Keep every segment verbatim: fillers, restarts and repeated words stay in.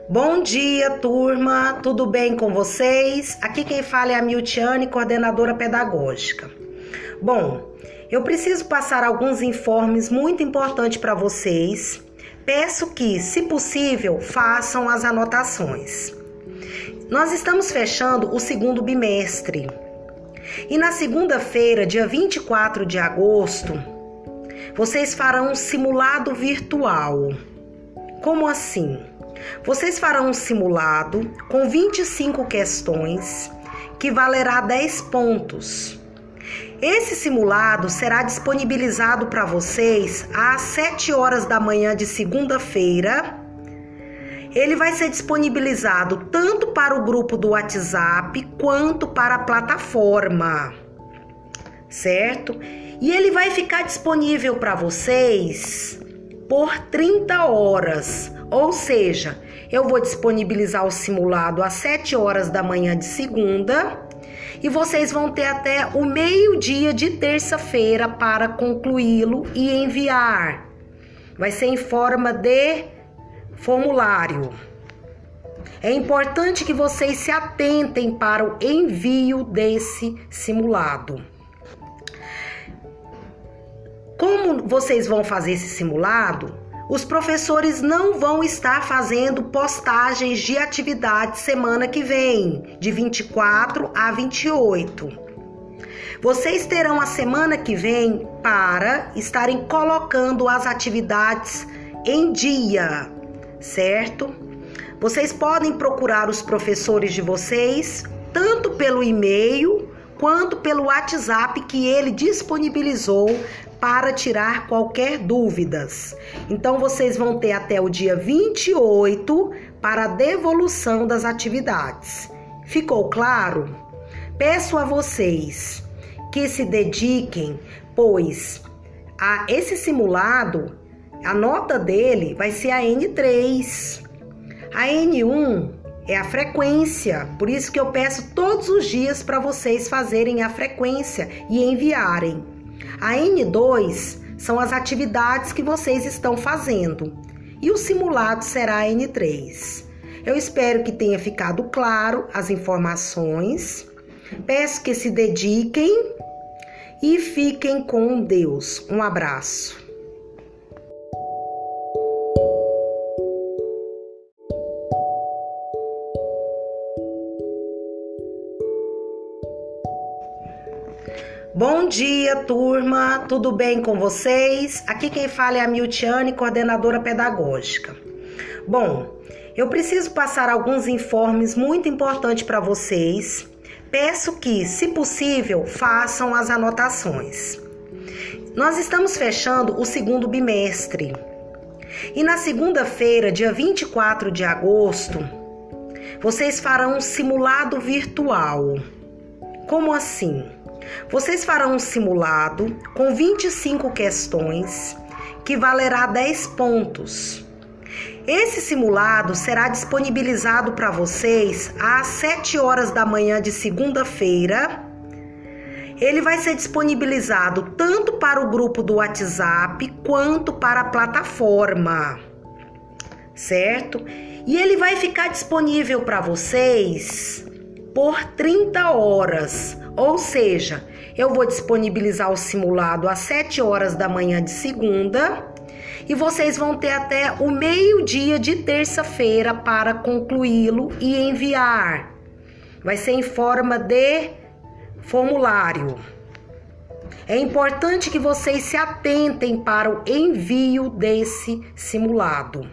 Bom dia, turma! Tudo bem com vocês? Aqui quem fala é a Miltiane, coordenadora pedagógica. Bom, eu preciso passar alguns informes muito importantes para vocês. Peço que, se possível, façam as anotações. Nós estamos fechando o segundo bimestre. E na segunda-feira, dia vinte e quatro de agosto, vocês farão um simulado virtual. Como assim? Vocês farão um simulado com vinte e cinco questões, que valerá dez pontos. Esse simulado será disponibilizado para vocês às sete horas da manhã de segunda-feira. Ele vai ser disponibilizado tanto para o grupo do WhatsApp quanto para a plataforma, certo? E ele vai ficar disponível para vocês por trinta horas. Ou seja, eu vou disponibilizar o simulado às sete horas da manhã de segunda e vocês vão ter até o meio-dia de terça-feira para concluí-lo e enviar. Vai ser em forma de formulário. É importante que vocês se atentem para o envio desse simulado. Como vocês vão fazer esse simulado? Os professores não vão estar fazendo postagens de atividade semana que vem, de vinte e quatro a vinte e oito. Vocês terão a semana que vem para estarem colocando as atividades em dia, certo? Vocês podem procurar os professores de vocês, tanto pelo e-mail quanto pelo WhatsApp que ele disponibilizou para tirar qualquer dúvidas. Então, vocês vão ter até o dia vinte e oito para a devolução das atividades. Ficou claro? Peço a vocês que se dediquem, pois a esse simulado, a nota dele vai ser a N três. A N um é a frequência, por isso que eu peço todos os dias para vocês fazerem a frequência e enviarem. A N dois são as atividades que vocês estão fazendo e o simulado será a N três. Eu espero que tenha ficado claro as informações. Peço que se dediquem e fiquem com Deus. Um abraço. Bom dia, turma! Tudo bem com vocês? Aqui quem fala é a Miltiane, coordenadora pedagógica. Bom, eu preciso passar alguns informes muito importantes para vocês. Peço que, se possível, façam as anotações. Nós estamos fechando o segundo bimestre. E na segunda-feira, dia vinte e quatro de agosto, vocês farão um simulado virtual. Como assim? Vocês farão um simulado com vinte e cinco questões, que valerá dez pontos. Esse simulado será disponibilizado para vocês às sete horas da manhã de segunda-feira. Ele vai ser disponibilizado tanto para o grupo do WhatsApp quanto para a plataforma, certo? E ele vai ficar disponível para vocês por trinta horas. Ou seja, eu vou disponibilizar o simulado às sete horas da manhã de segunda e vocês vão ter até o meio-dia de terça-feira para concluí-lo e enviar. Vai ser em forma de formulário. É importante que vocês se atentem para o envio desse simulado.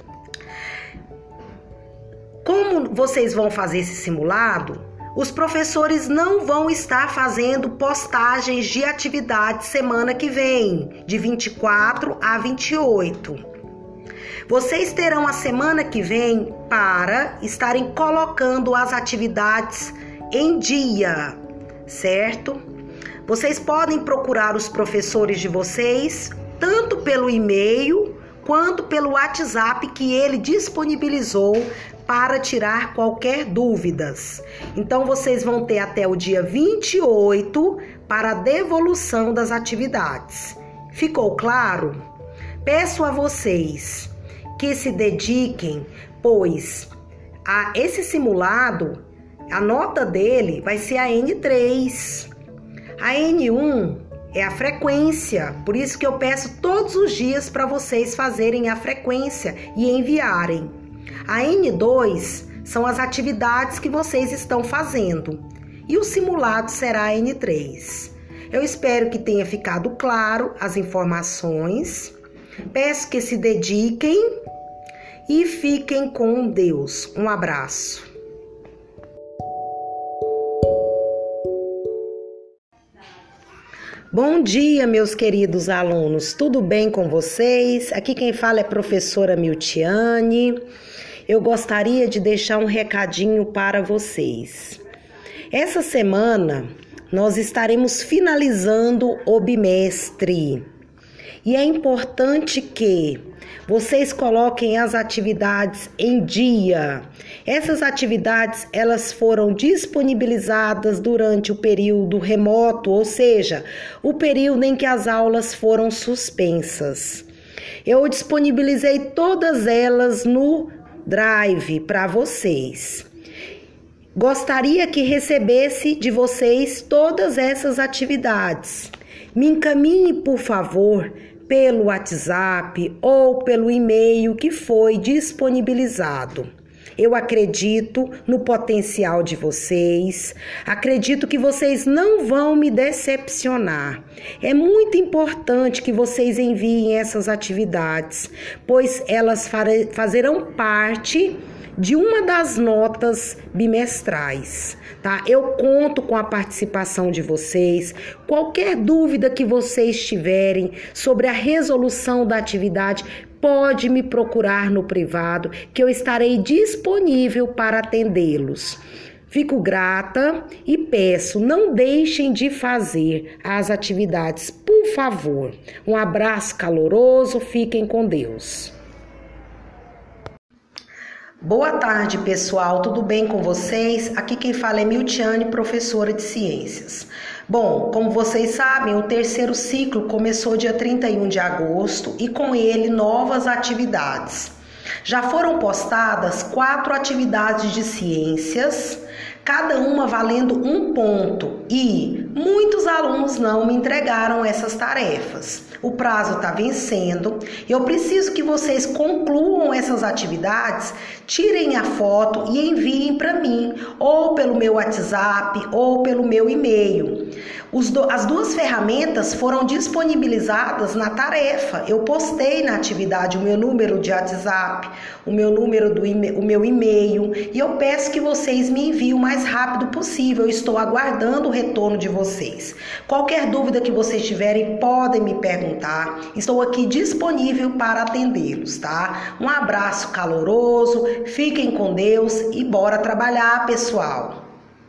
Como vocês vão fazer esse simulado? Os professores não vão estar fazendo postagens de atividade semana que vem, de vinte e quatro a vinte e oito. Vocês terão a semana que vem para estarem colocando as atividades em dia, certo? Vocês podem procurar os professores de vocês, tanto pelo e-mail quanto pelo WhatsApp que ele disponibilizou para tirar qualquer dúvidas. Então, vocês vão ter até o dia vinte e oito para a devolução das atividades. Ficou claro? Peço a vocês que se dediquem, pois a, esse simulado, a nota dele vai ser a N três. A N um é a frequência, por isso que eu peço todos os dias para vocês fazerem a frequência e enviarem. A N dois são as atividades que vocês estão fazendo e o simulado será a N três. Eu espero que tenha ficado claro as informações. Peço que se dediquem e fiquem com Deus. Um abraço. Bom dia, meus queridos alunos. Tudo bem com vocês? Aqui quem fala é a professora Miltiane. Eu gostaria de deixar um recadinho para vocês. Essa semana nós estaremos finalizando o bimestre. E é importante que vocês coloquem as atividades em dia. Essas atividades, elas foram disponibilizadas durante o período remoto, ou seja, o período em que as aulas foram suspensas. Eu disponibilizei todas elas no Drive para vocês. Gostaria que recebesse de vocês todas essas atividades. Me encaminhe, por favor, pelo WhatsApp ou pelo e-mail que foi disponibilizado. Eu acredito no potencial de vocês, acredito que vocês não vão me decepcionar. É muito importante que vocês enviem essas atividades, pois elas farão parte de uma das notas bimestrais, tá? Eu conto com a participação de vocês. Qualquer dúvida que vocês tiverem sobre a resolução da atividade, pode me procurar no privado, que eu estarei disponível para atendê-los. Fico grata e peço, não deixem de fazer as atividades, por favor. Um abraço caloroso, fiquem com Deus. Boa tarde, pessoal, tudo bem com vocês? Aqui quem fala é Miltiane, professora de ciências. Bom, como vocês sabem, o terceiro ciclo começou dia trinta e um de agosto e com ele novas atividades. Já foram postadas quatro atividades de ciências, cada uma valendo um ponto, e muitos alunos não me entregaram essas tarefas. O prazo está vencendo. Eu preciso que vocês concluam essas atividades, tirem a foto e enviem para mim, ou pelo meu WhatsApp ou pelo meu e-mail. Os do, as duas ferramentas foram disponibilizadas na tarefa. Eu postei na atividade o meu número de WhatsApp, o meu número do o meu e-mail, e eu peço que vocês me enviem o mais rápido possível. Eu estou aguardando o retorno de vocês. Qualquer dúvida que vocês tiverem, podem me perguntar. Estou aqui disponível para atendê-los, tá? Um abraço caloroso, fiquem com Deus e bora trabalhar, pessoal!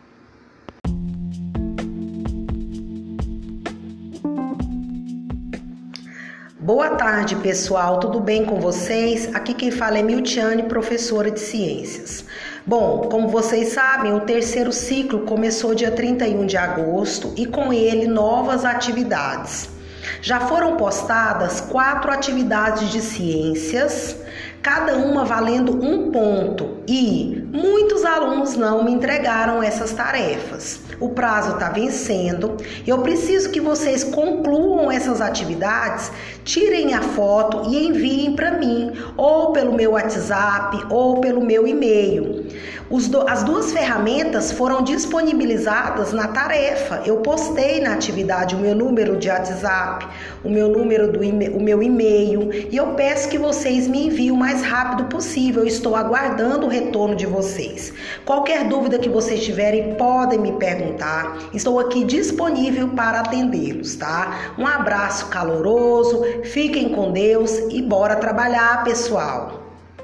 Boa tarde, pessoal, tudo bem com vocês? Aqui quem fala é Miltiane, professora de ciências. Bom, como vocês sabem, o terceiro ciclo começou dia trinta e um de agosto e com ele novas atividades. Já foram postadas quatro atividades de ciências, cada uma valendo um ponto, e muitos alunos não me entregaram essas tarefas. O prazo está vencendo. Eu preciso que vocês concluam essas atividades, tirem a foto e enviem para mim, ou pelo meu WhatsApp ou pelo meu e-mail. Os do, as duas ferramentas foram disponibilizadas na tarefa. Eu postei na atividade o meu número de WhatsApp, o meu número do o meu e-mail, e eu peço que vocês me enviem o mais rápido possível. Eu estou aguardando o retorno de vocês. Qualquer dúvida que vocês tiverem, podem me perguntar. Estou aqui disponível para atendê-los, tá? Um abraço caloroso, fiquem com Deus e bora trabalhar, pessoal!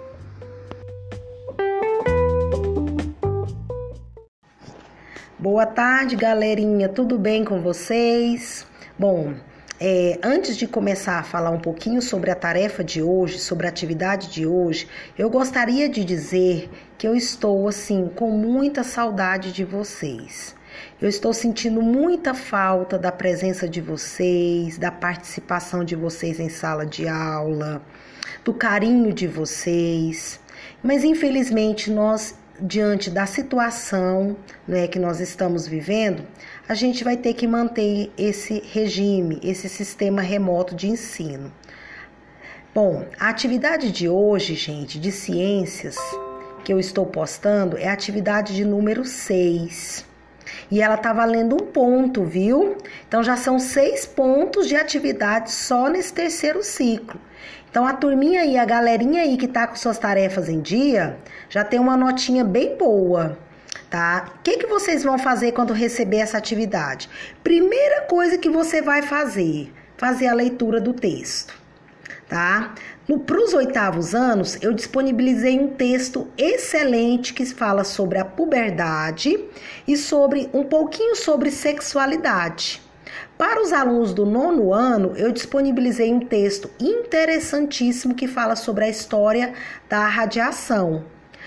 Boa tarde, galerinha, tudo bem com vocês? Bom, é, antes de começar a falar um pouquinho sobre a tarefa de hoje, sobre a atividade de hoje, eu gostaria de dizer que eu estou, assim, com muita saudade de vocês. Eu estou sentindo muita falta da presença de vocês, da participação de vocês em sala de aula, do carinho de vocês. Mas infelizmente nós, diante da situação, né, que nós estamos vivendo, a gente vai ter que manter esse regime, esse sistema remoto de ensino. Bom, a atividade de hoje, gente, de ciências, que eu estou postando, é a atividade de número seis. E ela tá valendo um ponto, viu? Então já são seis pontos de atividade só nesse terceiro ciclo. Então a turminha aí, a galerinha aí que tá com suas tarefas em dia, já tem uma notinha bem boa, tá? O que que vocês vão fazer quando receber essa atividade? Primeira coisa que você vai fazer, fazer a leitura do texto, tá? Para os oitavos anos, eu disponibilizei um texto excelente que fala sobre a puberdade e sobre um pouquinho sobre sexualidade. Para os alunos do nono ano, eu disponibilizei um texto interessantíssimo que fala sobre a história da radiação,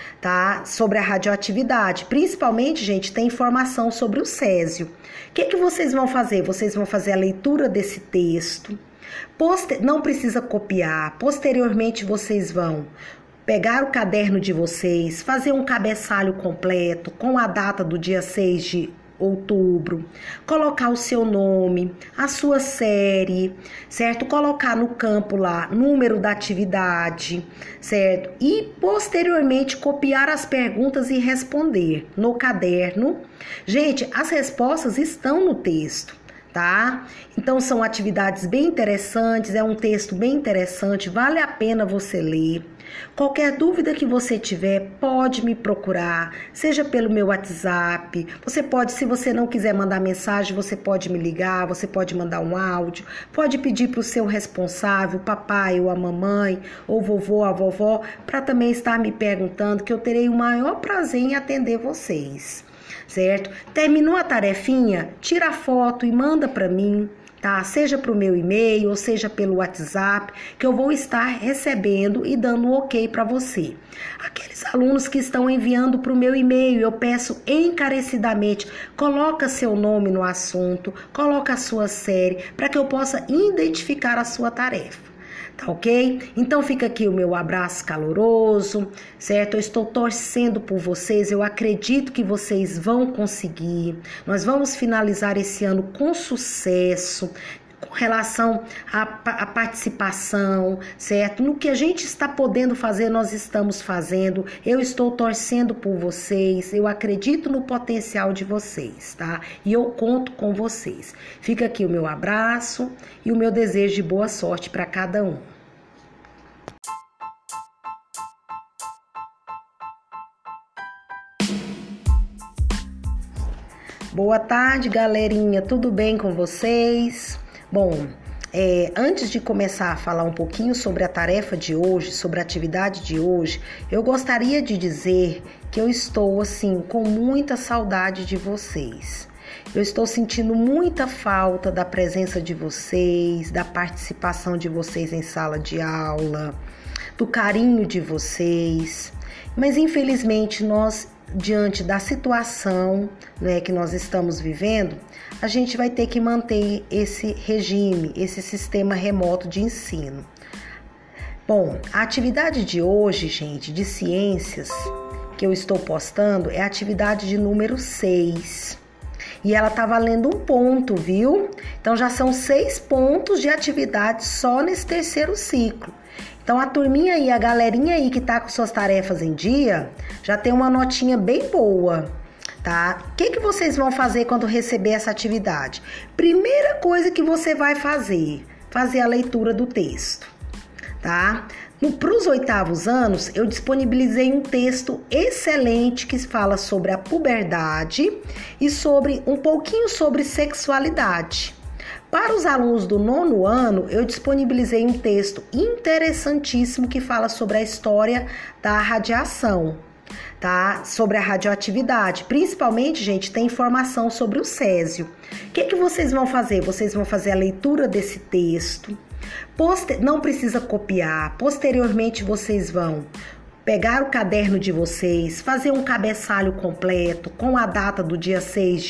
tá? Sobre a radioatividade. Principalmente, gente, tem informação sobre o césio. O que que vocês vão fazer? Vocês vão fazer a leitura desse texto. Poster... Não precisa copiar. Posteriormente, vocês vão pegar o caderno de vocês, fazer um cabeçalho completo com a data do dia seis de outubro, colocar o seu nome, a sua série, certo? Colocar no campo lá número da atividade, certo? E posteriormente copiar as perguntas e responder no caderno. Gente, as respostas estão no texto, tá? Então são atividades bem interessantes, é um texto bem interessante, vale a pena você ler. Qualquer dúvida que você tiver, pode me procurar, seja pelo meu WhatsApp. Você pode, se você não quiser mandar mensagem, você pode me ligar, você pode mandar um áudio, pode pedir para o seu responsável, papai ou a mamãe, ou vovô, a vovó, para também estar me perguntando, que eu terei o maior prazer em atender vocês, certo? Terminou a tarefinha? Tira a foto e manda para mim, tá? Seja para o meu e-mail ou seja pelo WhatsApp, que eu vou estar recebendo e dando um ok para você. Aqueles alunos que estão enviando para o meu e-mail, eu peço encarecidamente, coloca seu nome no assunto, coloca a sua série, para que eu possa identificar a sua tarefa. Tá ok? Então fica aqui o meu abraço caloroso, certo? Eu estou torcendo por vocês, eu acredito que vocês vão conseguir. Nós vamos finalizar esse ano com sucesso, com relação à, à participação, certo? No que a gente está podendo fazer, nós estamos fazendo. Eu estou torcendo por vocês, eu acredito no potencial de vocês, tá? E eu conto com vocês. Fica aqui o meu abraço e o meu desejo de boa sorte para cada um. Boa tarde, galerinha, tudo bem com vocês? Bom, é, antes de começar a falar um pouquinho sobre a tarefa de hoje, sobre a atividade de hoje, eu gostaria de dizer que eu estou, assim, com muita saudade de vocês. Eu estou sentindo muita falta da presença de vocês, da participação de vocês em sala de aula, do carinho de vocês, mas infelizmente nós, diante da situação, né, que nós estamos vivendo, a gente vai ter que manter esse regime, esse sistema remoto de ensino. Bom, a atividade de hoje, gente, de ciências, que eu estou postando, é a atividade de número seis. E ela tá valendo um ponto, viu? Então já são seis pontos de atividade só nesse terceiro ciclo. Então a turminha aí, a galerinha aí que tá com suas tarefas em dia, já tem uma notinha bem boa, tá? O que que vocês vão fazer quando receber essa atividade? Primeira coisa que você vai fazer, fazer a leitura do texto, tá? Para os oitavos anos, eu disponibilizei um texto excelente que fala sobre a puberdade e sobre um pouquinho sobre sexualidade. Para os alunos do nono ano, eu disponibilizei um texto interessantíssimo que fala sobre a história da radiação, tá? Sobre a radioatividade. Principalmente, gente, tem informação sobre o césio. O que que vocês vão fazer? Vocês vão fazer a leitura desse texto. Poster... Não precisa copiar. Posteriormente, vocês vão pegar o caderno de vocês, fazer um cabeçalho completo com a data do dia seis de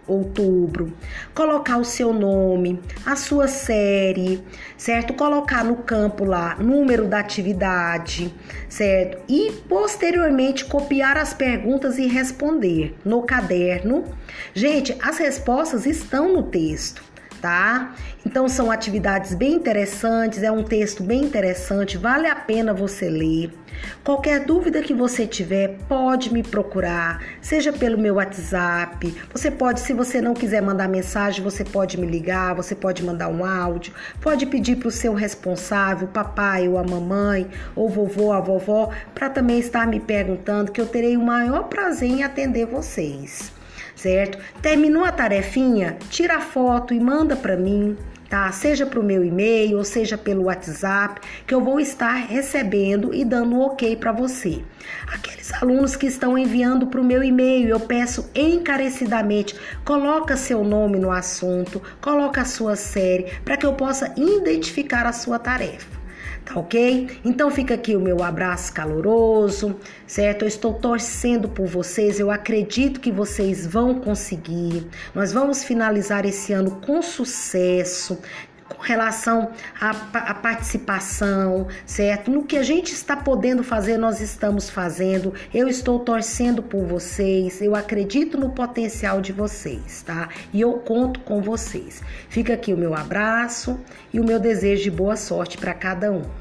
outubro, colocar o seu nome, a sua série, certo? Colocar no campo lá número da atividade, certo? E posteriormente copiar as perguntas e responder no caderno. Gente, as respostas estão no texto, tá? Então são atividades bem interessantes, é um texto bem interessante, vale a pena você ler. Qualquer dúvida que você tiver, pode me procurar, seja pelo meu WhatsApp, você pode, se você não quiser mandar mensagem, você pode me ligar, você pode mandar um áudio, pode pedir para o seu responsável, o papai ou a mamãe, ou vovô ou a vovó, para também estar me perguntando, que eu terei o maior prazer em atender vocês. Certo? Terminou a tarefinha? Tira a foto e manda para mim, tá? Seja para o meu e-mail ou seja pelo WhatsApp, que eu vou estar recebendo e dando um ok para você. Aqueles alunos que estão enviando para o meu e-mail, eu peço encarecidamente, coloca seu nome no assunto, coloca a sua série, para que eu possa identificar a sua tarefa. Tá ok? Então fica aqui o meu abraço caloroso, certo? Eu estou torcendo por vocês, eu acredito que vocês vão conseguir. Nós vamos finalizar esse ano com sucesso, com relação à, à participação, certo? No que a gente está podendo fazer, nós estamos fazendo. Eu estou torcendo por vocês, eu acredito no potencial de vocês, tá? E eu conto com vocês. Fica aqui o meu abraço e o meu desejo de boa sorte para cada um.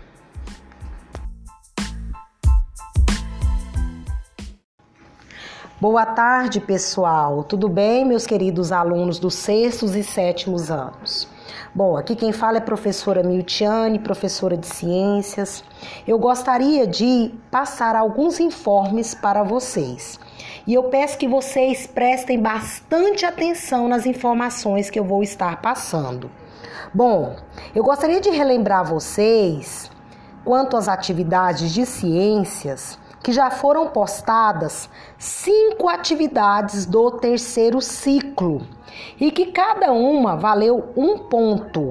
Boa tarde, pessoal. Tudo bem, meus queridos alunos dos sextos e sétimos anos? Bom, aqui quem fala é a professora Miltiane, professora de ciências. Eu gostaria de passar alguns informes para vocês. E eu peço que vocês prestem bastante atenção nas informações que eu vou estar passando. Bom, eu gostaria de relembrar vocês quanto às atividades de ciências, que já foram postadas cinco atividades do terceiro ciclo e que cada uma valeu um ponto.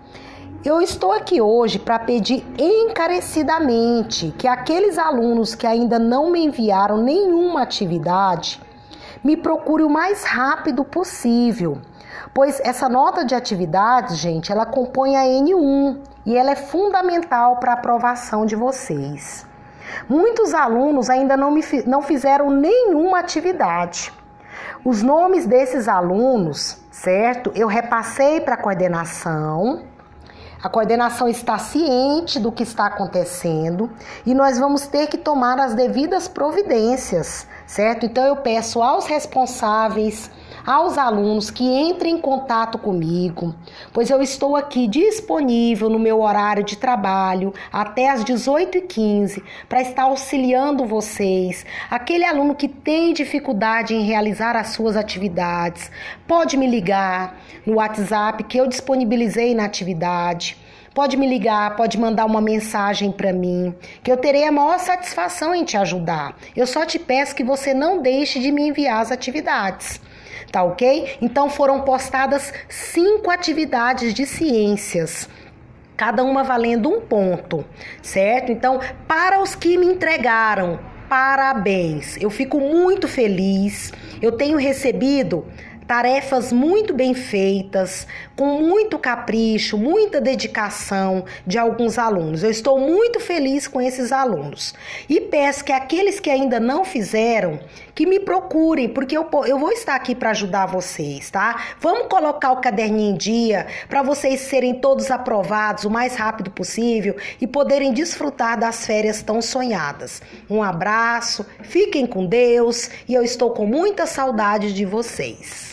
Eu estou aqui hoje para pedir encarecidamente que aqueles alunos que ainda não me enviaram nenhuma atividade me procure o mais rápido possível, pois essa nota de atividades, gente, ela compõe a N um e ela é fundamental para a aprovação de vocês. Muitos alunos ainda não, me, não fizeram nenhuma atividade. Os nomes desses alunos, certo? Eu repassei para a coordenação. A coordenação está ciente do que está acontecendo e nós vamos ter que tomar as devidas providências, certo? Então eu peço aos responsáveis, aos alunos que entrem em contato comigo, pois eu estou aqui disponível no meu horário de trabalho até às dezoito e quinze para estar auxiliando vocês. Aquele aluno que tem dificuldade em realizar as suas atividades, pode me ligar no WhatsApp que eu disponibilizei na atividade. Pode me ligar, pode mandar uma mensagem para mim, que eu terei a maior satisfação em te ajudar. Eu só te peço que você não deixe de me enviar as atividades. Tá ok? Então foram postadas cinco atividades de ciências, cada uma valendo um ponto, certo? Então, para os que me entregaram, parabéns! Eu fico muito feliz, eu tenho recebido tarefas muito bem feitas, com muito capricho, muita dedicação de alguns alunos. Eu estou muito feliz com esses alunos. E peço que aqueles que ainda não fizeram, que me procurem, porque eu, eu vou estar aqui para ajudar vocês, tá? Vamos colocar o caderninho em dia para vocês serem todos aprovados o mais rápido possível e poderem desfrutar das férias tão sonhadas. Um abraço, fiquem com Deus e eu estou com muita saudade de vocês.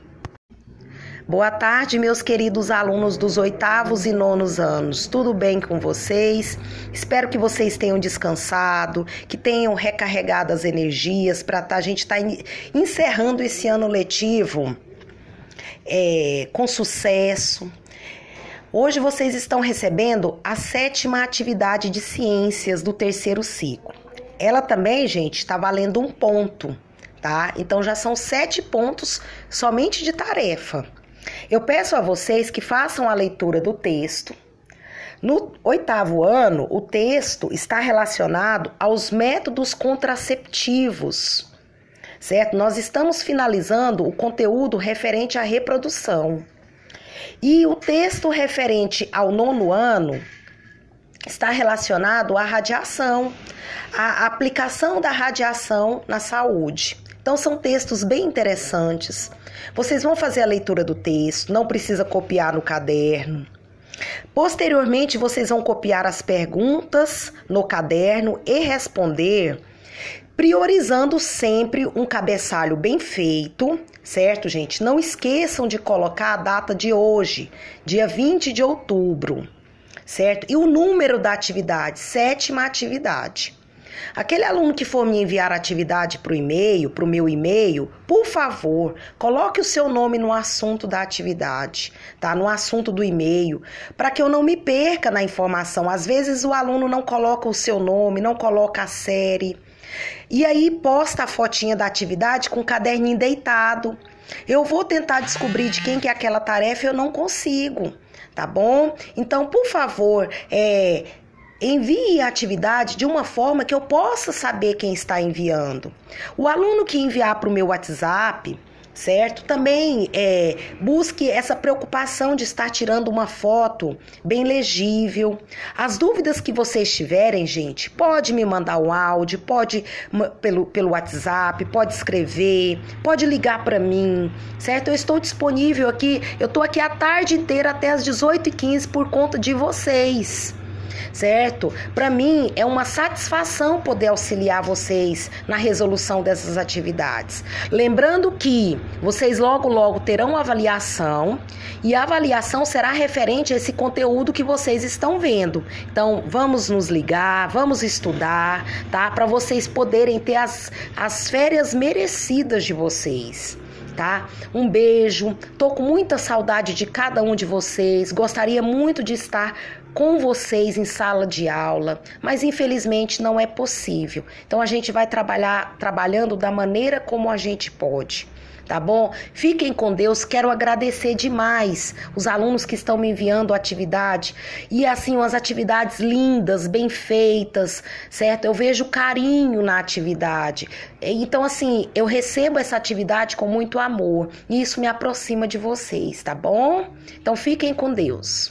Boa tarde, meus queridos alunos dos oitavos e nonos anos. Tudo bem com vocês? Espero que vocês tenham descansado, que tenham recarregado as energias para tá, a gente estar tá encerrando esse ano letivo é, com sucesso. Hoje vocês estão recebendo a sétima atividade de ciências do terceiro ciclo. Ela também, gente, está valendo um ponto, tá? Então já são sete pontos somente de tarefa. Eu peço a vocês que façam a leitura do texto. No oitavo ano, o texto está relacionado aos métodos contraceptivos, certo? Nós estamos finalizando o conteúdo referente à reprodução. E o texto referente ao nono ano está relacionado à radiação, à aplicação da radiação na saúde. Então, são textos bem interessantes. Vocês vão fazer a leitura do texto, não precisa copiar no caderno. Posteriormente, vocês vão copiar as perguntas no caderno e responder, priorizando sempre um cabeçalho bem feito, certo, gente? Não esqueçam de colocar a data de hoje, dia vinte de outubro, certo? E o número da atividade, sétima atividade. Aquele aluno que for me enviar a atividade para o e-mail, para o meu e-mail, por favor, coloque o seu nome no assunto da atividade, tá? No assunto do e-mail, para que eu não me perca na informação. Às vezes o aluno não coloca o seu nome, não coloca a série, e aí posta a fotinha da atividade com o caderninho deitado. Eu vou tentar descobrir de quem que é aquela tarefa e eu não consigo, tá bom? Então, por favor, é... envie a atividade de uma forma que eu possa saber quem está enviando. O aluno que enviar para o meu WhatsApp, certo? Também é, busque essa preocupação de estar tirando uma foto bem legível. As dúvidas que vocês tiverem, gente, pode me mandar um áudio, pode pelo, pelo WhatsApp, pode escrever, pode ligar para mim, certo? Eu estou disponível aqui, eu estou aqui a tarde inteira até as dezoito e quinze por conta de vocês. Certo? Para mim é uma satisfação poder auxiliar vocês na resolução dessas atividades. Lembrando que vocês logo logo terão avaliação e a avaliação será referente a esse conteúdo que vocês estão vendo. Então, vamos nos ligar, vamos estudar, tá? Para vocês poderem ter as, as férias merecidas de vocês. Tá? Um beijo, tô com muita saudade de cada um de vocês, gostaria muito de estar com vocês em sala de aula, mas infelizmente não é possível. Então a gente vai trabalhar trabalhando da maneira como a gente pode. Tá bom? Fiquem com Deus, quero agradecer demais os alunos que estão me enviando atividade e assim umas atividades lindas, bem feitas, certo? Eu vejo carinho na atividade, então assim, eu recebo essa atividade com muito amor e isso me aproxima de vocês, tá bom? Então fiquem com Deus.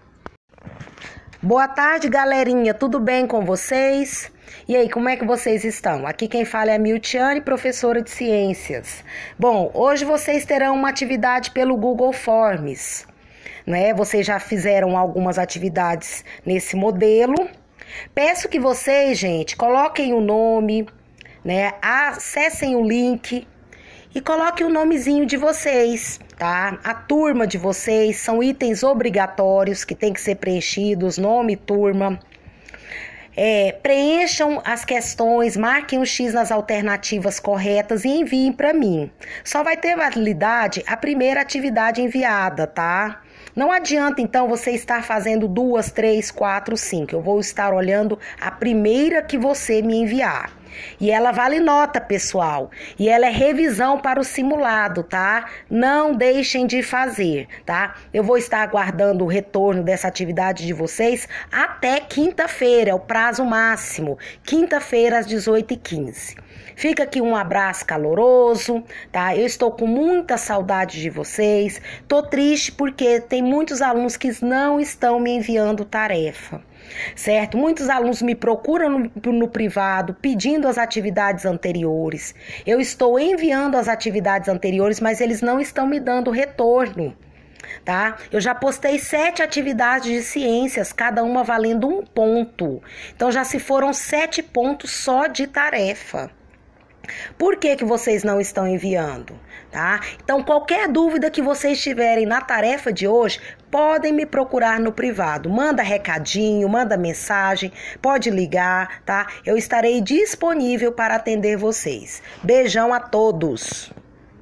Boa tarde, galerinha, tudo bem com vocês? E aí, como é que vocês estão? Aqui quem fala é a Miltiane, professora de ciências. Bom, hoje vocês terão uma atividade pelo Google Forms, né? Vocês já fizeram algumas atividades nesse modelo. Peço que vocês, gente, coloquem o nome, né? Acessem o link e coloquem o nomezinho de vocês, tá? A turma de vocês, são itens obrigatórios que tem que ser preenchidos, nome e turma. É, preencham as questões, marquem o X nas alternativas corretas e enviem para mim. Só vai ter validade a primeira atividade enviada, tá? Não adianta, então, você estar fazendo duas, três, quatro, cinco. Eu vou estar olhando a primeira que você me enviar. E ela vale nota, pessoal. E ela é revisão para o simulado, tá? Não deixem de fazer, tá? Eu vou estar aguardando o retorno dessa atividade de vocês até quinta-feira, é o prazo máximo. Quinta-feira, às dezoito e quinze. Fica aqui um abraço caloroso, tá? Eu estou com muita saudade de vocês. Tô triste porque tem muitos alunos que não estão me enviando tarefa. Certo? Muitos alunos me procuram no, no privado pedindo as atividades anteriores. Eu estou enviando as atividades anteriores, mas eles não estão me dando retorno, tá? Eu já postei sete atividades de ciências, cada uma valendo um ponto. Então já se foram sete pontos só de tarefa. Por que que vocês não estão enviando, tá? Então, qualquer dúvida que vocês tiverem na tarefa de hoje, podem me procurar no privado. Manda recadinho, manda mensagem, pode ligar, tá? Eu estarei disponível para atender vocês. Beijão a todos!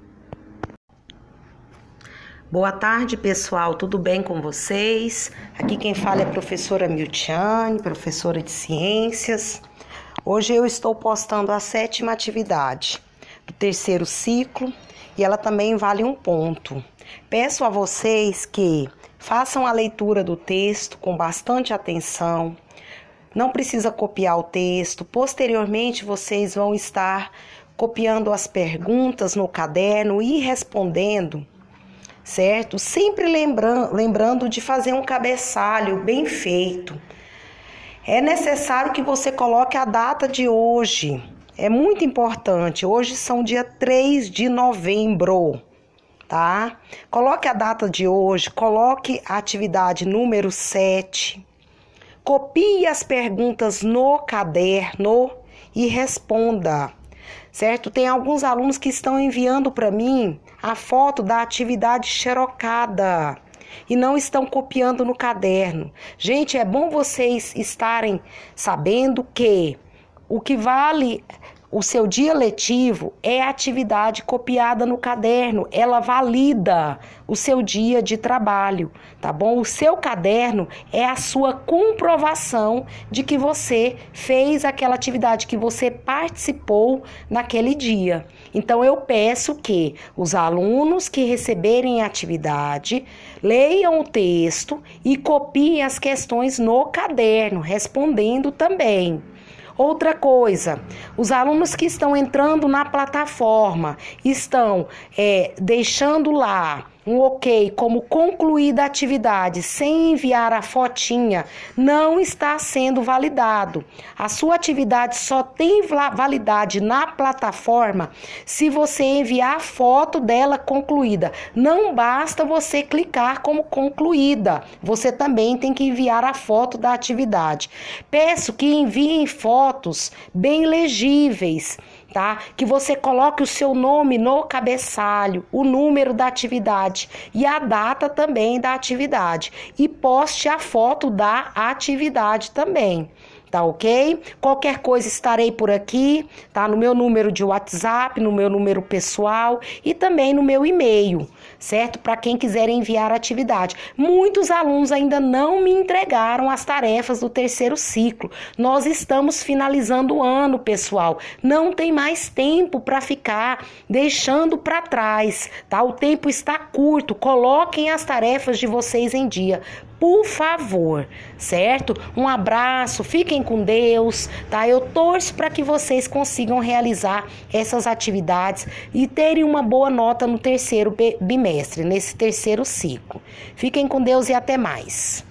Boa tarde, pessoal. Tudo bem com vocês? Aqui quem fala é a professora Miltiane, professora de ciências. Hoje eu estou postando a sétima atividade do terceiro ciclo e ela também vale um ponto. Peço a vocês que façam a leitura do texto com bastante atenção. Não precisa copiar o texto. Posteriormente, vocês vão estar copiando as perguntas no caderno e respondendo, certo? Sempre lembrando, lembrando de fazer um cabeçalho bem feito. É necessário que você coloque a data de hoje. É muito importante. Hoje são dia três de novembro, tá? Coloque a data de hoje, coloque a atividade número sete. Copie as perguntas no caderno e responda, certo? Tem alguns alunos que estão enviando para mim a foto da atividade xerocada e não estão copiando no caderno. Gente, é bom vocês estarem sabendo que o que vale o seu dia letivo é a atividade copiada no caderno. Ela valida o seu dia de trabalho, tá bom? O seu caderno é a sua comprovação de que você fez aquela atividade, que você participou naquele dia. Então, eu peço que os alunos que receberem a atividade leiam o texto e copiem as questões no caderno, respondendo também. Outra coisa, os alunos que estão entrando na plataforma estão é, deixando lá um ok como concluída a atividade sem enviar a fotinha, não está sendo validado. A sua atividade só tem validade na plataforma se você enviar a foto dela concluída. Não basta você clicar como concluída, você também tem que enviar a foto da atividade. Peço que enviem fotos bem legíveis, tá? Que você coloque o seu nome no cabeçalho, o número da atividade e a data também da atividade. E poste a foto da atividade também. Tá ok? Qualquer coisa estarei por aqui, tá? No meu número de WhatsApp, no meu número pessoal e também no meu e-mail, certo? Para quem quiser enviar a atividade. Muitos alunos ainda não me entregaram as tarefas do terceiro ciclo. Nós estamos finalizando o ano, pessoal. Não tem mais tempo para ficar deixando para trás, tá? O tempo está curto. Coloquem as tarefas de vocês em dia, por favor, certo? Um abraço, fiquem com Deus, tá? Eu torço para que vocês consigam realizar essas atividades e terem uma boa nota no terceiro bimestre, nesse terceiro ciclo. Fiquem com Deus e até mais.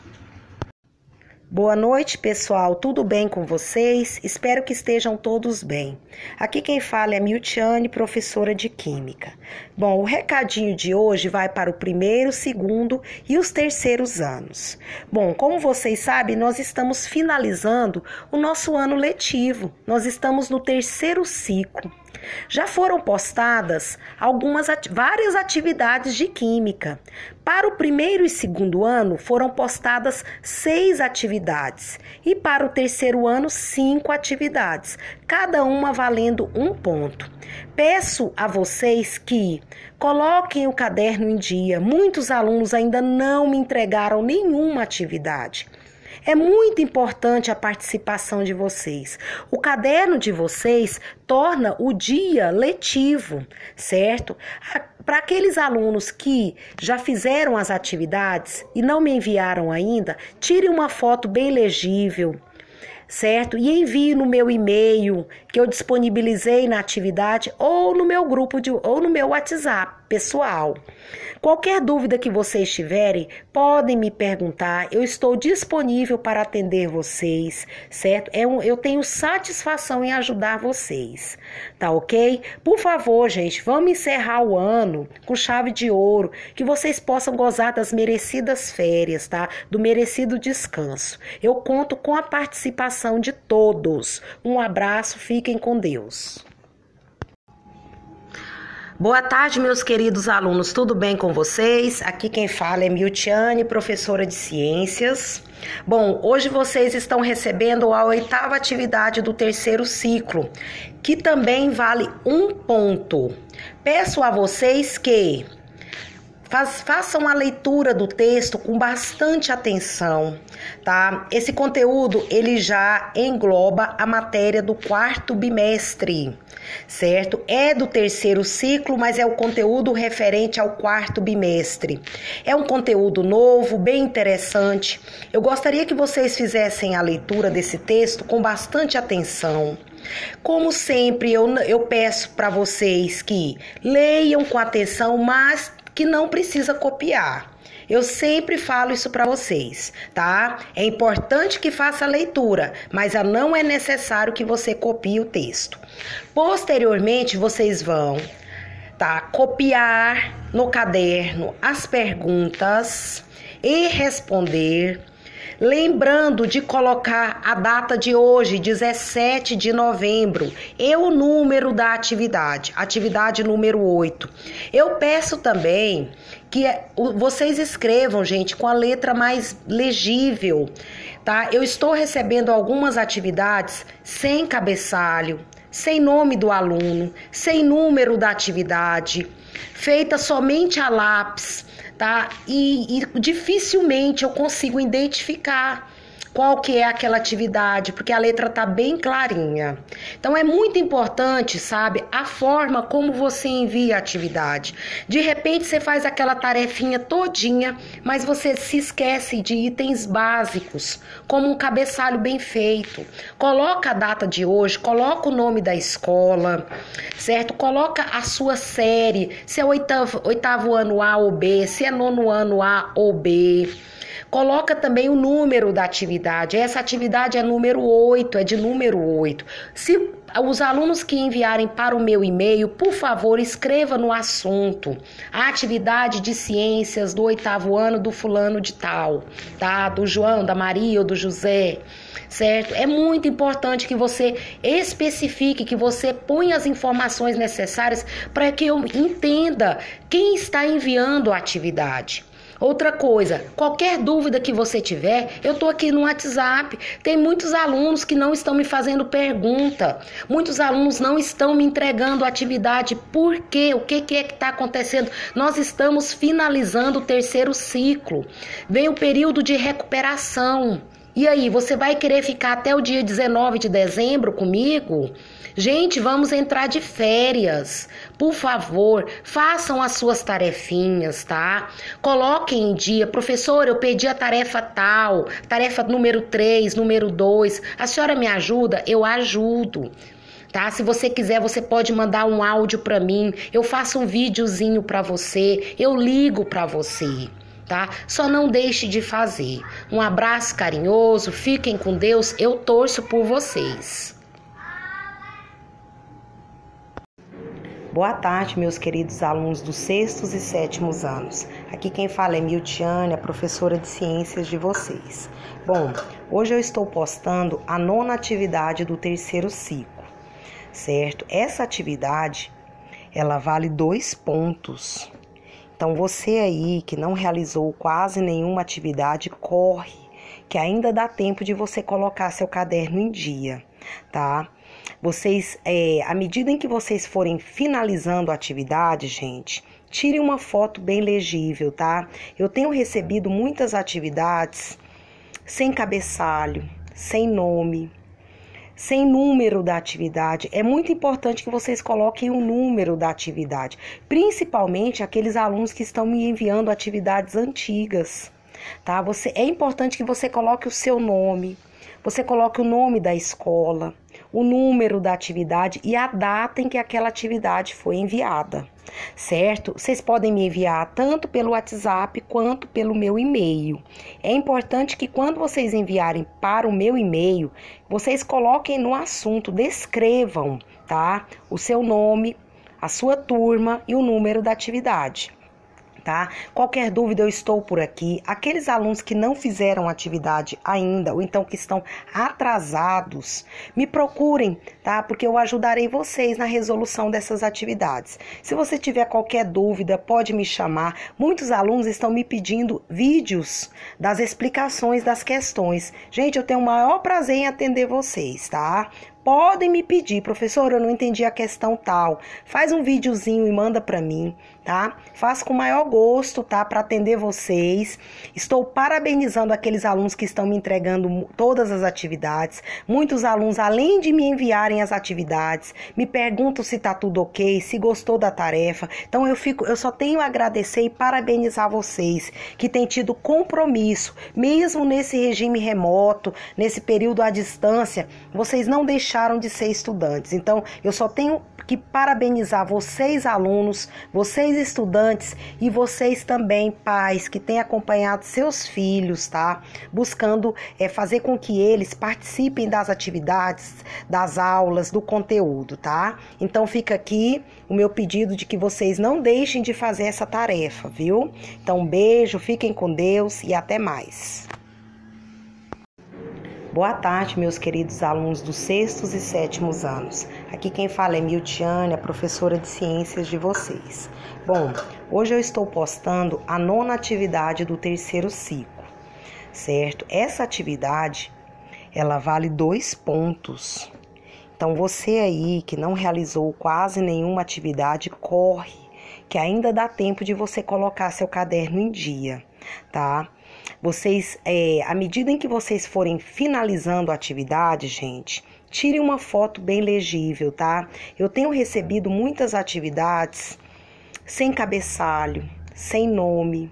Boa noite, pessoal. Tudo bem com vocês? Espero que estejam todos bem. Aqui quem fala é a Miltiane, professora de Química. Bom, o recadinho de hoje vai para o primeiro, segundo e os terceiros anos. Bom, como vocês sabem, nós estamos finalizando o nosso ano letivo. Nós estamos no terceiro ciclo. Já foram postadas algumas ati- várias atividades de química. Para o primeiro e segundo ano foram postadas seis atividades e para o terceiro ano cinco atividades, cada uma valendo um ponto. Peço a vocês que coloquem o caderno em dia. Muitos alunos ainda não me entregaram nenhuma atividade. É muito importante a participação de vocês. O caderno de vocês torna o dia letivo, certo? Para aqueles alunos que já fizeram as atividades e não me enviaram ainda, tire uma foto bem legível, certo? E envie no meu e-mail que eu disponibilizei na atividade ou no meu grupo de, ou no meu WhatsApp pessoal. Qualquer dúvida que vocês tiverem, podem me perguntar. Eu estou disponível para atender vocês, certo? É um, eu tenho satisfação em ajudar vocês, tá ok? Por favor, gente, vamos encerrar o ano com chave de ouro, que vocês possam gozar das merecidas férias, tá? Do merecido descanso. Eu conto com a participação de todos. Um abraço, fiquem com Deus. Boa tarde, meus queridos alunos, tudo bem com vocês? Aqui quem fala é Miltiane, professora de ciências. Bom, hoje vocês estão recebendo a oitava atividade do terceiro ciclo, que também vale um ponto. Peço a vocês que Faz, façam a leitura do texto com bastante atenção, tá? Esse conteúdo, ele já engloba a matéria do quarto bimestre, certo? É do terceiro ciclo, mas é o conteúdo referente ao quarto bimestre. É um conteúdo novo, bem interessante. Eu gostaria que vocês fizessem a leitura desse texto com bastante atenção. Como sempre, eu, eu peço para vocês que leiam com atenção, mas que não precisa copiar. Eu sempre falo isso para vocês, tá? É importante que faça a leitura, mas não é necessário que você copie o texto. Posteriormente, vocês vão, tá, copiar no caderno as perguntas e responder, lembrando de colocar a data de hoje, dezessete de novembro, e o número da atividade, atividade número oito. Eu peço também que vocês escrevam, gente, com a letra mais legível, tá? Eu estou recebendo algumas atividades sem cabeçalho, sem nome do aluno, sem número da atividade, feita somente a lápis, tá? E, e dificilmente eu consigo identificar qual que é aquela atividade, porque a letra tá bem clarinha. Então é muito importante, sabe, a forma como você envia a atividade. De repente você faz aquela tarefinha todinha, mas você se esquece de itens básicos, como um cabeçalho bem feito. Coloca a data de hoje, coloca o nome da escola, certo? Coloca a sua série, se é oitavo, oitavo ano A ou B, se é nono ano A ou B. Coloca também o número da atividade. Essa atividade é número oito, é de número oito. Se os alunos que enviarem para o meu e-mail, por favor, escreva no assunto a atividade de ciências do oitavo ano do fulano de tal, tá? Do João, da Maria ou do José, certo? É muito importante que você especifique, que você ponha as informações necessárias para que eu entenda quem está enviando a atividade. Outra coisa, qualquer dúvida que você tiver, eu tô aqui no WhatsApp. Tem muitos alunos que não estão me fazendo pergunta. Muitos alunos não estão me entregando atividade. Por quê? O que, que é que está acontecendo? Nós estamos finalizando o terceiro ciclo. Vem o período de recuperação. E aí, você vai querer ficar até o dia dezenove de dezembro comigo? Gente, vamos entrar de férias. Por favor, façam as suas tarefinhas, tá? Coloquem em dia. Professor, eu pedi a tarefa tal, tarefa número três, número dois. A senhora me ajuda? Eu ajudo. Tá? Se você quiser, você pode mandar um áudio para mim. Eu faço um videozinho para você. Eu ligo para você. Tá? Só não deixe de fazer. Um abraço carinhoso, fiquem com Deus, eu torço por vocês. Boa tarde, meus queridos alunos dos sextos e sétimos anos. Aqui quem fala é Miltiane, a professora de ciências de vocês. Bom, hoje eu estou postando a nona atividade do terceiro ciclo, certo? Essa atividade, ela vale dois pontos. Então, você aí que não realizou quase nenhuma atividade, corre, que ainda dá tempo de você colocar seu caderno em dia, tá? Vocês, é, à medida em que vocês forem finalizando a atividade, gente, tire uma foto bem legível, tá? Eu tenho recebido muitas atividades sem cabeçalho, sem nome, sem número da atividade. É muito importante que vocês coloquem o número da atividade, principalmente aqueles alunos que estão me enviando atividades antigas, tá? Você, é importante que você coloque o seu nome, você coloque o nome da escola, o número da atividade e a data em que aquela atividade foi enviada, certo? Vocês podem me enviar tanto pelo WhatsApp quanto pelo meu e-mail. É importante que quando vocês enviarem para o meu e-mail, vocês coloquem no assunto, descrevam, tá? O seu nome, a sua turma e o número da atividade. Tá? Qualquer dúvida, eu estou por aqui. Aqueles alunos que não fizeram atividade ainda, ou então que estão atrasados, me procurem, tá? Porque eu ajudarei vocês na resolução dessas atividades. Se você tiver qualquer dúvida, pode me chamar. Muitos alunos estão me pedindo vídeos das explicações das questões. Gente, eu tenho o maior prazer em atender vocês, tá? Podem me pedir, professor, eu não entendi a questão tal. Faz um videozinho e manda para mim, tá? Faço com o maior gosto, tá? Para atender vocês. Estou parabenizando aqueles alunos que estão me entregando todas as atividades. Muitos alunos, além de me enviarem as atividades, me perguntam se tá tudo ok, se gostou da tarefa. Então eu fico, eu só tenho a agradecer e parabenizar vocês que têm tido compromisso, mesmo nesse regime remoto, nesse período à distância, vocês não deixaram deixaram de ser estudantes. Então, eu só tenho que parabenizar vocês, alunos, vocês, estudantes, e vocês também, pais, que têm acompanhado seus filhos, tá? Buscando é, fazer com que eles participem das atividades, das aulas, do conteúdo, tá? Então, fica aqui o meu pedido de que vocês não deixem de fazer essa tarefa, viu? Então, um beijo, fiquem com Deus e até mais. Boa tarde, meus queridos alunos dos sextos e sétimos anos. Aqui quem fala é Miltiane, a professora de ciências de vocês. Bom, hoje eu estou postando a nona atividade do terceiro ciclo, certo? Essa atividade, ela vale dois pontos. Então, você aí que não realizou quase nenhuma atividade, corre, que ainda dá tempo de você colocar seu caderno em dia, tá? Vocês, é, à medida em que vocês forem finalizando a atividade, gente, tire uma foto bem legível, tá? Eu tenho recebido muitas atividades sem cabeçalho, sem nome,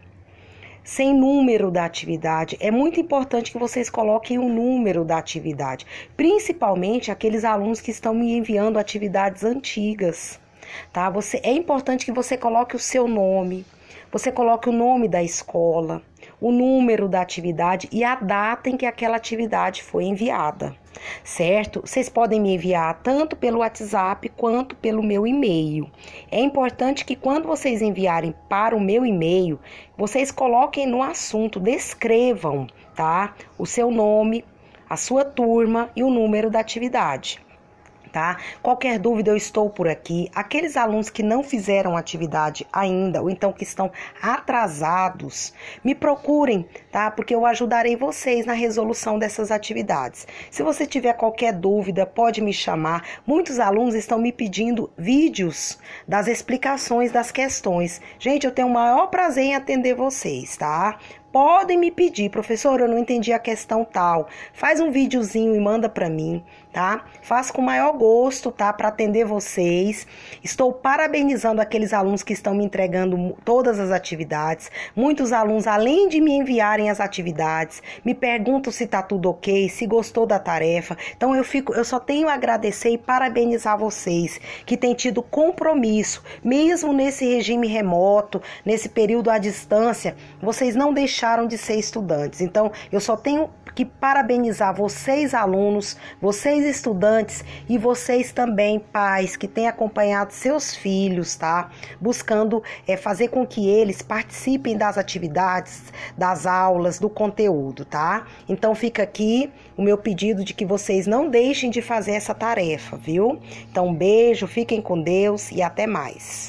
sem número da atividade. É muito importante que vocês coloquem o número da atividade, principalmente aqueles alunos que estão me enviando atividades antigas, tá? Você, é importante que você coloque o seu nome, você coloque o nome da escola, o número da atividade e a data em que aquela atividade foi enviada, certo? Vocês podem me enviar tanto pelo WhatsApp quanto pelo meu e-mail. É importante que quando vocês enviarem para o meu e-mail, vocês coloquem no assunto, descrevam, tá? O seu nome, a sua turma e o número da atividade. Tá? Qualquer dúvida, eu estou por aqui. Aqueles alunos que não fizeram atividade ainda, ou então que estão atrasados, me procurem, tá? Porque eu ajudarei vocês na resolução dessas atividades. Se você tiver qualquer dúvida, pode me chamar. Muitos alunos estão me pedindo vídeos das explicações das questões. Gente, eu tenho o maior prazer em atender vocês, tá? Podem me pedir, professor, eu não entendi a questão tal. Faz um videozinho e manda para mim, tá? Faço com o maior gosto, tá? Para atender vocês. Estou parabenizando aqueles alunos que estão me entregando todas as atividades. Muitos alunos, além de me enviarem as atividades, me perguntam se tá tudo ok, se gostou da tarefa. Então eu fico, eu só tenho a agradecer e parabenizar vocês que têm tido compromisso, mesmo nesse regime remoto, nesse período à distância, vocês não deixaram de ser estudantes. Então, eu só tenho que parabenizar vocês, alunos, vocês, estudantes, e vocês também, pais, que têm acompanhado seus filhos, tá? Buscando é, fazer com que eles participem das atividades, das aulas, do conteúdo, tá? Então, fica aqui o meu pedido de que vocês não deixem de fazer essa tarefa, viu? Então, um beijo, fiquem com Deus e até mais.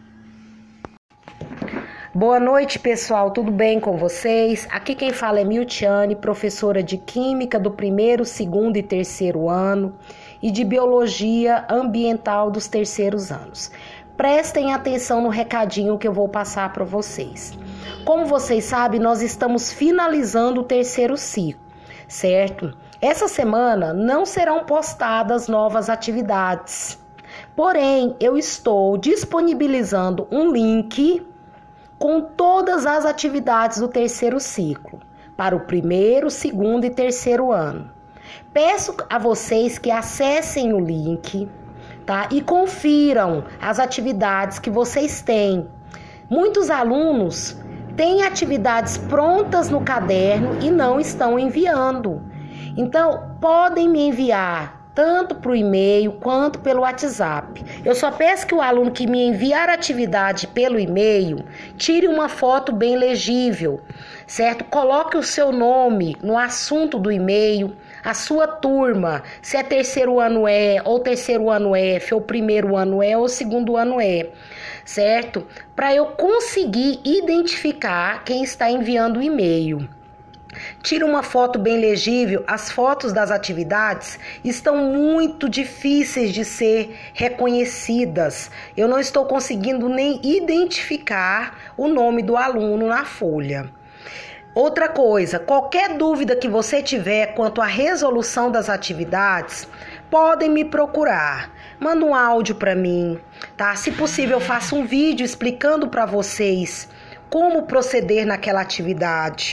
Boa noite, pessoal, tudo bem com vocês? Aqui quem fala é Miltiane, professora de Química do primeiro, segundo e terceiro ano e de Biologia Ambiental dos terceiros anos. Prestem atenção no recadinho que eu vou passar para vocês. Como vocês sabem, nós estamos finalizando o terceiro ciclo, certo? Essa semana não serão postadas novas atividades, porém, eu estou disponibilizando um link com todas as atividades do terceiro ciclo, para o primeiro, segundo e terceiro ano. Peço a vocês que acessem o link, tá? E confiram as atividades que vocês têm. Muitos alunos têm atividades prontas no caderno e não estão enviando. Então, podem me enviar tanto para o e-mail quanto pelo WhatsApp. Eu só peço que o aluno que me enviar a atividade pelo e-mail tire uma foto bem legível, certo? Coloque o seu nome no assunto do e-mail, a sua turma, se é terceiro ano E, ou terceiro ano F, ou primeiro ano E, ou segundo ano E, certo? Para eu conseguir identificar quem está enviando o e-mail. Tira uma foto bem legível. As fotos das atividades estão muito difíceis de ser reconhecidas. Eu não estou conseguindo nem identificar o nome do aluno na folha. Outra coisa, qualquer dúvida que você tiver quanto à resolução das atividades, podem me procurar. Manda um áudio para mim, tá? Se possível, eu faço um vídeo explicando para vocês como proceder naquela atividade.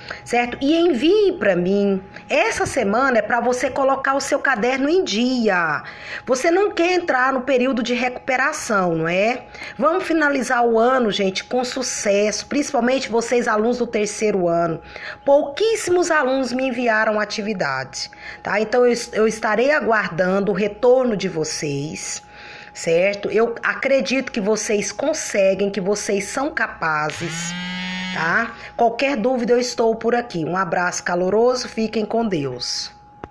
certo? E envie para mim. Essa semana é para você colocar o seu caderno em dia. Você não quer entrar no período de recuperação, não é? Vamos finalizar o ano, gente, com sucesso, principalmente vocês alunos do terceiro ano. Pouquíssimos alunos me enviaram atividade, tá? Então eu, eu estarei aguardando o retorno de vocês. Certo? Eu acredito que vocês conseguem, que vocês são capazes, tá? Qualquer dúvida eu estou por aqui. Um abraço caloroso, fiquem com Deus.